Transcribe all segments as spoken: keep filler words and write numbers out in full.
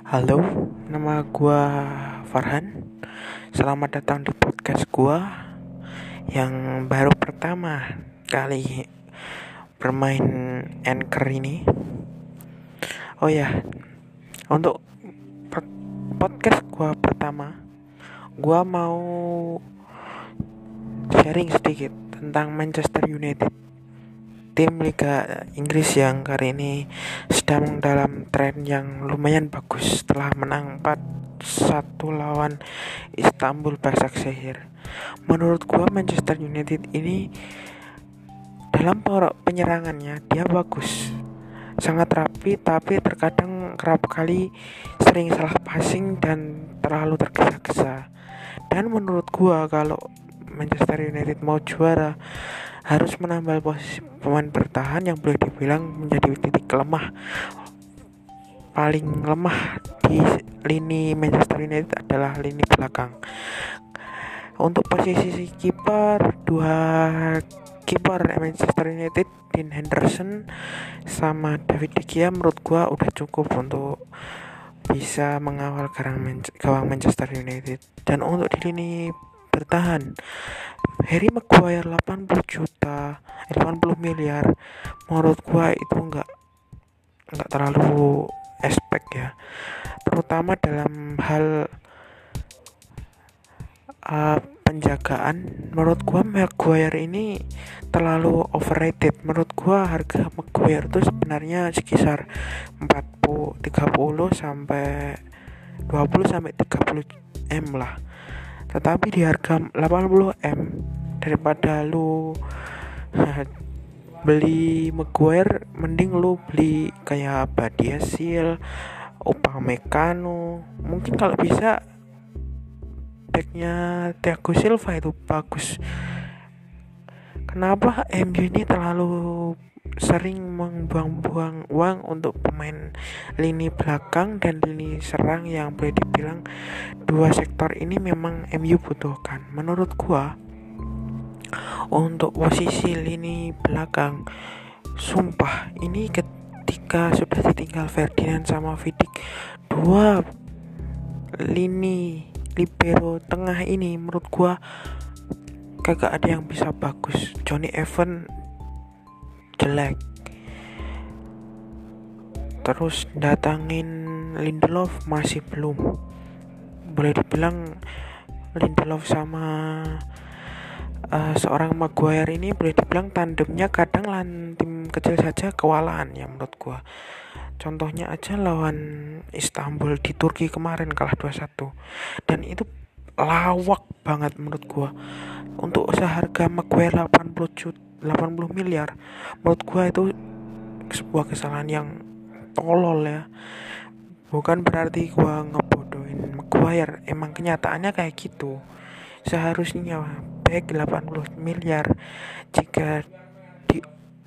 Halo, nama gua Farhan. Selamat datang di podcast gua yang baru pertama kali bermain Anchor ini. Oh ya, untuk podcast gua pertama, gua mau sharing sedikit tentang Manchester United, tim Liga Inggris yang kali ini sedang dalam tren yang lumayan bagus setelah menang empat satu lawan Istanbul Başakşehir. Menurut gua Manchester United ini dalam poros penyerangannya dia bagus, sangat rapi, tapi terkadang kerap kali sering salah passing dan terlalu tergesa-gesa. Dan menurut gua kalau Manchester United mau juara harus menambah posisi pemain bertahan yang boleh dibilang menjadi titik lemah paling lemah di lini Manchester United adalah lini belakang. Untuk posisi kiper, dua kiper Manchester United, Dean Henderson sama David De Gea, menurut gua udah cukup untuk bisa mengawal gawang Manchester United. Dan untuk di lini bertahan, Harry Maguire delapan puluh juta, delapan puluh miliar, menurut gua itu enggak enggak terlalu expect ya, terutama dalam hal uh, penjagaan. Menurut gua Maguire ini terlalu overrated. Menurut gua harga Maguire itu sebenarnya sekitar empat puluh tiga puluh sampai dua puluh sampai tiga puluh M lah. Tetapi di harga delapan puluh M, daripada lu beli Maguire, mending lu beli kayak Badiashile, Upamecano. Mungkin kalau bisa backnya Thiago Silva itu bagus. Kenapa M U ini terlalu sering membuang-buang uang untuk pemain lini belakang dan lini serang yang boleh dibilang dua sektor ini memang M U butuhkan. Menurut gua untuk posisi lini belakang, sumpah ini ketika sudah ditinggal Ferdinand sama Vidic, dua lini libero tengah ini menurut gua kagak ada yang bisa bagus. Johnny Evans jelek, terus datangin Lindelof masih belum. Boleh dibilang Lindelof sama uh, seorang Maguire ini boleh dibilang tandemnya kadang lawan tim kecil saja kewalahan ya menurut gua. Contohnya aja lawan Istanbul di Turki kemarin kalah dua satu, dan itu lawak banget menurut gua. Untuk seharga Maguire delapan puluh juta, delapan puluh miliar, menurut gua itu sebuah kesalahan yang tolol ya. Bukan berarti gua ngebodohin Maguire, emang kenyataannya kayak gitu. Seharusnya back delapan puluh miliar. Jika di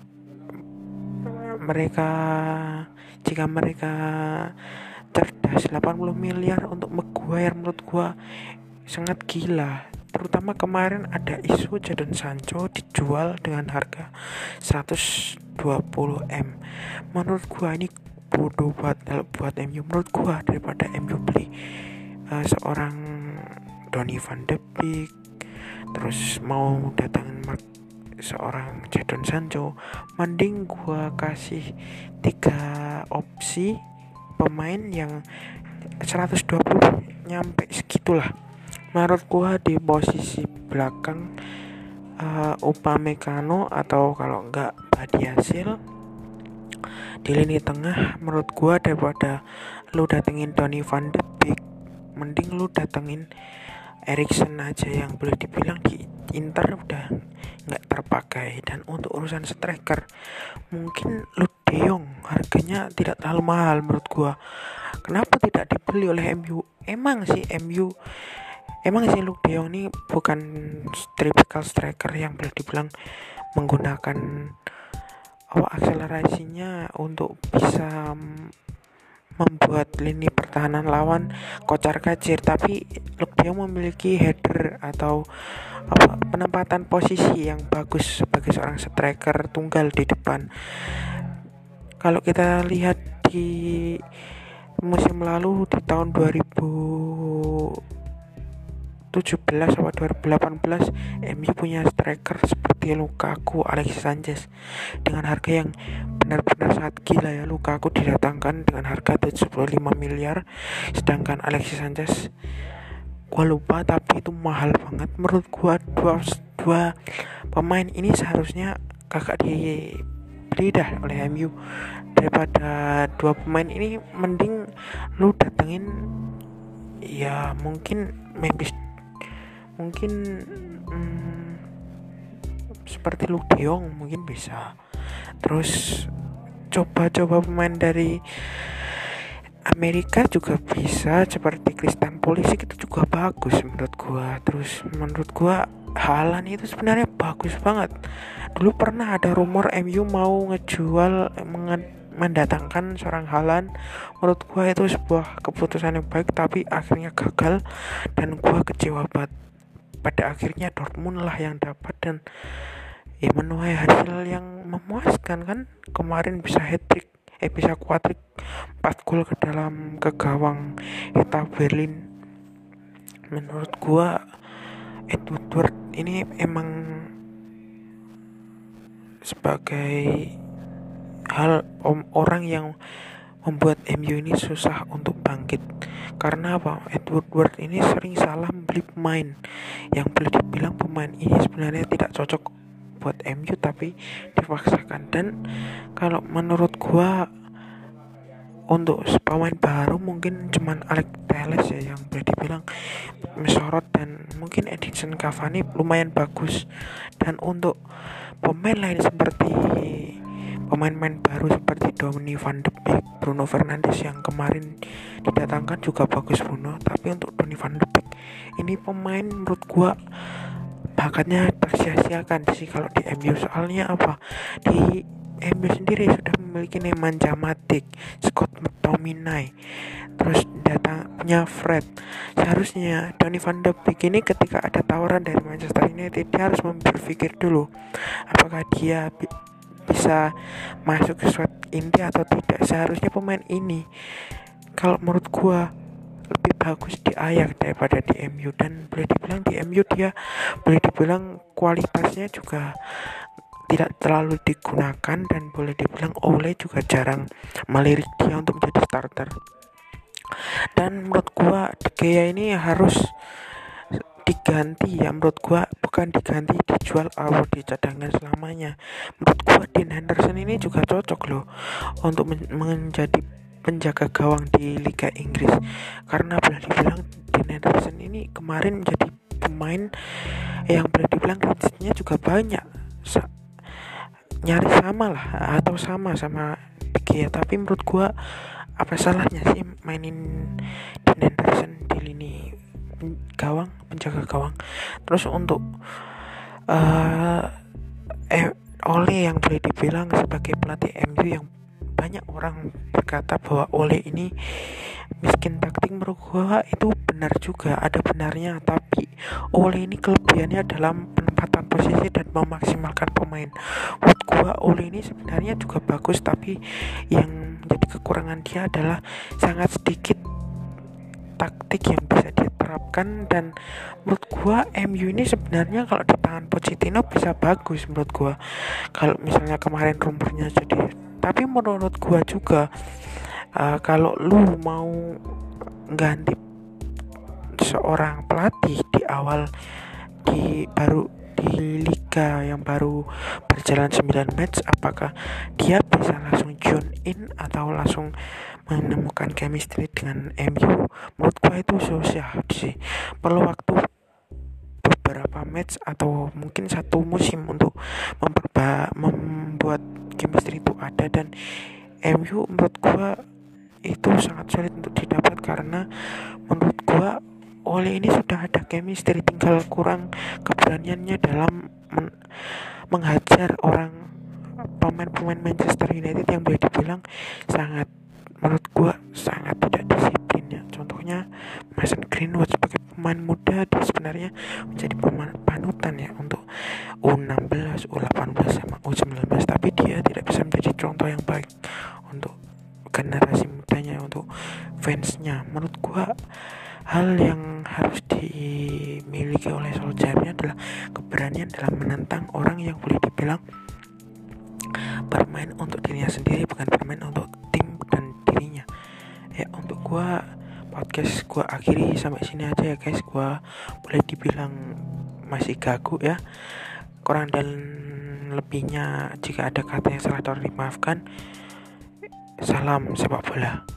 mereka jika mereka cerdas, delapan puluh miliar untuk Maguire menurut gua sangat gila. Terutama kemarin ada isu Jadon Sancho dijual dengan harga seratus dua puluh M. Menurut gua ini bodoh buat buat M U. Menurut gua daripada M U beli uh, seorang Donny van de Beek, terus mau datangin Mark, seorang Jadon Sancho, mending gua kasih tiga opsi pemain yang seratus dua puluh nyampe segitulah. Menurut gua di posisi belakang uh, Upamecano atau kalau enggak Badiashile. Di lini tengah menurut gua daripada lu datengin Donny van de Beek, mending lu datengin Eriksen aja yang boleh dibilang di Inter udah nggak terpakai. Dan untuk urusan striker, mungkin Luke De Jong harganya tidak terlalu mahal menurut gua. Kenapa tidak dibeli oleh M U? Emang sih M U Emang sih Luke De Jong ini bukan typical striker yang boleh dibilang menggunakan oh, akselerasinya untuk bisa membuat lini pertahanan lawan kocar-kacir, tapi Luke De Jong memiliki header atau apa, penempatan posisi yang bagus sebagai seorang striker tunggal di depan. Kalau kita lihat di musim lalu di tahun dua ribu tujuh belas atau dua ribu delapan belas M U punya striker seperti Lukaku, Alexis Sanchez dengan harga yang benar-benar sangat gila ya. Lukaku didatangkan dengan harga tujuh puluh lima miliar, sedangkan Alexis Sanchez gua lupa tapi itu mahal banget. Menurut gua dua, dua pemain ini seharusnya kakak dibeli dah oleh M U. Daripada dua pemain ini mending lu datengin ya mungkin Memphis, mungkin hmm, seperti Luke De Jong mungkin bisa. Terus coba-coba pemain dari Amerika juga bisa, seperti Christian Pulisic itu juga bagus menurut gua. Terus menurut gua Haaland itu sebenarnya bagus banget. Dulu pernah ada rumor M U mau ngejual menge- mendatangkan seorang Haaland. Menurut gua itu sebuah keputusan yang baik, tapi akhirnya gagal dan gua kecewa banget. Pada akhirnya Dortmund lah yang dapat dan ya menuai hasil yang memuaskan kan. Kemarin bisa hat-trick, eh bisa quadrick, empat gol ke dalam ke gawang Hertha Berlin. Menurut gua Edward ini emang sebagai hal om, orang yang membuat M U ini susah untuk bangkit. Karena apa? Edward ini sering salah membeli pemain yang boleh dibilang pemain ini sebenarnya tidak cocok buat M U tapi dipaksakan. Dan kalau menurut gua untuk pemain baru mungkin cuman Alex Telles ya yang boleh dibilang mensorot, dan mungkin Edinson Cavani lumayan bagus. Dan untuk pemain lain seperti pemain-pemain baru seperti Donny van de Beek, Bruno Fernandes yang kemarin didatangkan juga bagus Bruno. Tapi untuk Donny van de Beek ini pemain menurut gua bakatnya tersia-siakan sih kalau di M U. Soalnya apa, di M U sendiri sudah memiliki Nemanja Matic, Scott McTominay, terus datang punya Fred. Seharusnya Donny van de Beek ini ketika ada tawaran dari Manchester United, dia harus berpikir dulu apakah dia bi- bisa masuk ke squad inti atau tidak. Seharusnya pemain ini kalau menurut gua lebih bagus di Ajax daripada di M U, dan boleh dibilang di M U dia boleh dibilang kualitasnya juga tidak terlalu digunakan, dan boleh dibilang Ole juga jarang melirik dia untuk menjadi starter. Dan menurut gua De Gea ini harus diganti ya, menurut gua bukan diganti, dijual atau dicadangkan selamanya. Menurut gua Dean Henderson ini juga cocok loh untuk men- menjadi penjaga gawang di Liga Inggris, karena boleh dibilang Dean Henderson ini kemarin menjadi pemain yang boleh dibilang clean-sheet-nya juga banyak. Sa- nyaris sama lah atau sama sama De Gea, tapi menurut gua apa salahnya sih mainin Dean Henderson di lini gawang, penjaga gawang. Terus untuk uh, eh, Ole yang boleh dibilang sebagai pelatih M U yang banyak orang berkata bahwa Ole ini miskin taktik, menurut gua itu benar juga, ada benarnya. Tapi Ole ini kelebihannya dalam penempatan posisi dan memaksimalkan pemain. Menurut gua Ole ini sebenarnya juga bagus, tapi yang menjadi kekurangan dia adalah sangat sedikit taktik yang bisa diterapkan. Dan menurut gua M U ini sebenarnya kalau di tangan Pochettino bisa bagus menurut gua, kalau misalnya kemarin rumornya jadi. Tapi menurut gua juga uh, kalau lu mau ganti seorang pelatih di awal, di baru di liga yang baru berjalan sembilan match, apakah dia bisa langsung join in atau langsung menemukan chemistry dengan M U? Menurut gua itu susah sih, perlu waktu beberapa match atau mungkin satu musim untuk memperba- membuat chemistry itu ada. Dan M U menurut gua itu sangat sulit untuk didapat, karena menurut gua Ole ini sudah ada chemistry, tinggal kurang keberaniannya dalam men- menghajar orang pemain-pemain Manchester United yang boleh dibilang sangat, menurut gua sangat tidak disiplin ya. Contohnya Mason Greenwood sebagai pemain muda, dia sebenarnya menjadi pemain panutan ya untuk U enam belas, U delapan belas sama U sembilan belas, tapi dia tidak bisa menjadi contoh yang baik untuk generasi mudanya, untuk fansnya. Menurut gua hal yang harus dimiliki oleh Solskjaer adalah keberanian dalam menentang orang yang boleh dibilang bermain untuk dirinya sendiri, bukan bermain untuk tim dan dirinya. Ya, untuk gua podcast gua akhiri sampai sini aja ya guys. Gua boleh dibilang masih gagu ya, kurang dan lebihnya jika ada kata yang salah tolong dimaafkan. Salam sepak bola.